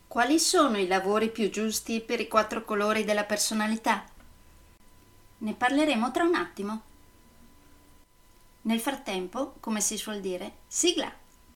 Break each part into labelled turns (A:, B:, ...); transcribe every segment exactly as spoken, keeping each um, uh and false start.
A: Quali sono i lavori più giusti per i quattro colori della personalità? Ne parleremo tra un attimo. Nel frattempo, come si suol dire, sigla!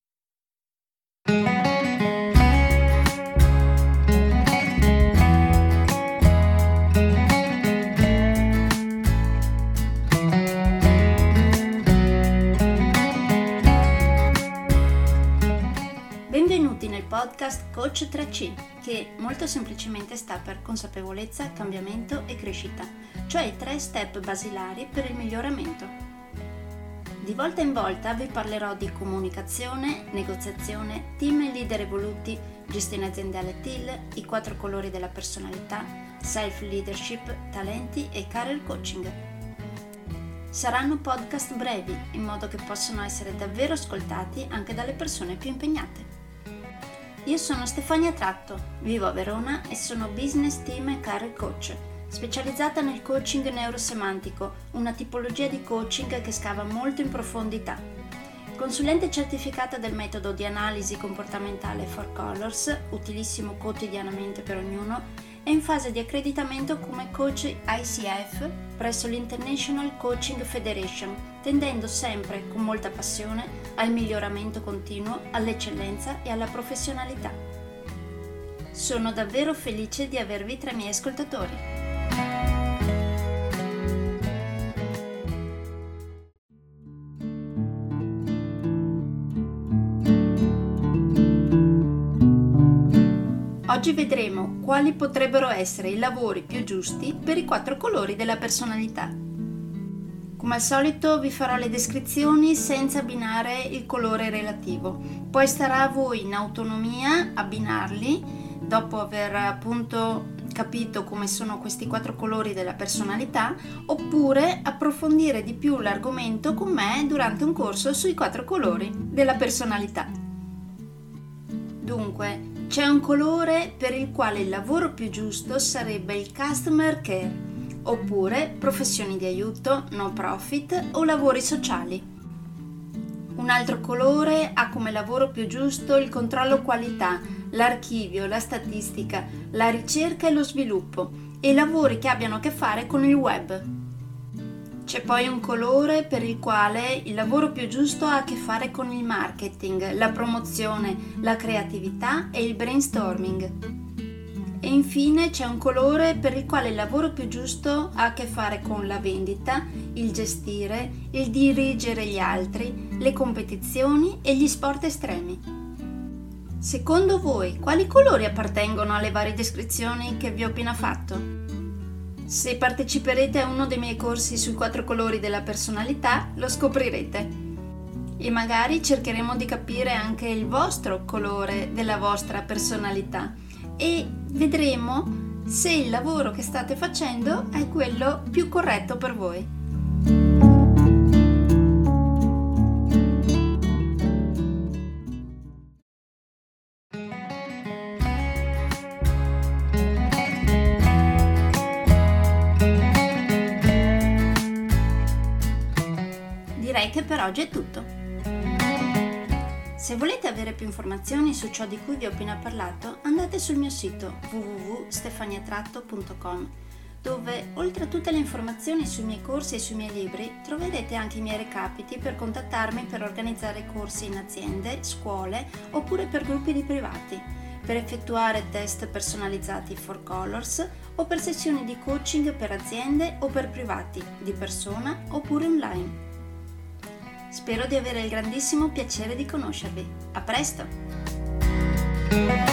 A: Benvenuti nel podcast Coach tre C, che molto semplicemente sta per consapevolezza, cambiamento e crescita, cioè i tre step basilari per il miglioramento. Di volta in volta vi parlerò di comunicazione, negoziazione, team e leader evoluti, gestione aziendale T I L, i quattro colori della personalità, self-leadership, talenti e career coaching. Saranno podcast brevi, in modo che possano essere davvero ascoltati anche dalle persone più impegnate. Io sono Stefania Tratto, vivo a Verona e sono business team e career coach, specializzata nel coaching neurosemantico, una tipologia di coaching che scava molto in profondità. Consulente certificata del metodo di analisi comportamentale Four Colors, utilissimo quotidianamente per ognuno, e in fase di accreditamento come coach I C F presso l'International Coaching Federation, tendendo sempre con molta passione al miglioramento continuo, all'eccellenza e alla professionalità. Sono davvero felice di avervi tra i miei ascoltatori. Oggi vedremo quali potrebbero essere i lavori più giusti per i quattro colori della personalità. Come al solito vi farò le descrizioni senza abbinare il colore relativo, poi starà a voi in autonomia abbinarli dopo aver appunto capito come sono questi quattro colori della personalità, oppure approfondire di più l'argomento con me durante un corso sui quattro colori della personalità. Dunque, c'è un colore per il quale il lavoro più giusto sarebbe il customer care, oppure professioni di aiuto, no profit o lavori sociali. Un altro colore ha come lavoro più giusto il controllo qualità, l'archivio, la statistica, la ricerca e lo sviluppo e lavori che abbiano a che fare con il web. C'è poi un colore per il quale il lavoro più giusto ha a che fare con il marketing, la promozione, la creatività e il brainstorming. E infine c'è un colore per il quale il lavoro più giusto ha a che fare con la vendita, il gestire, il dirigere gli altri, le competizioni e gli sport estremi. Secondo voi, quali colori appartengono alle varie descrizioni che vi ho appena fatto? Se parteciperete a uno dei miei corsi sui quattro colori della personalità, lo scoprirete. E magari cercheremo di capire anche il vostro colore della vostra personalità e vedremo se il lavoro che state facendo è quello più corretto per voi. Direi che per oggi è tutto. Se volete avere più informazioni su ciò di cui vi ho appena parlato, andate sul mio sito w w w punto stefania tratto punto com, dove oltre a tutte le informazioni sui miei corsi e sui miei libri troverete anche i miei recapiti per contattarmi per organizzare corsi in aziende, scuole oppure per gruppi di privati, per effettuare test personalizzati Four Colors o per sessioni di coaching per aziende o per privati, di persona oppure online. Spero di avere il grandissimo piacere di conoscervi. A presto!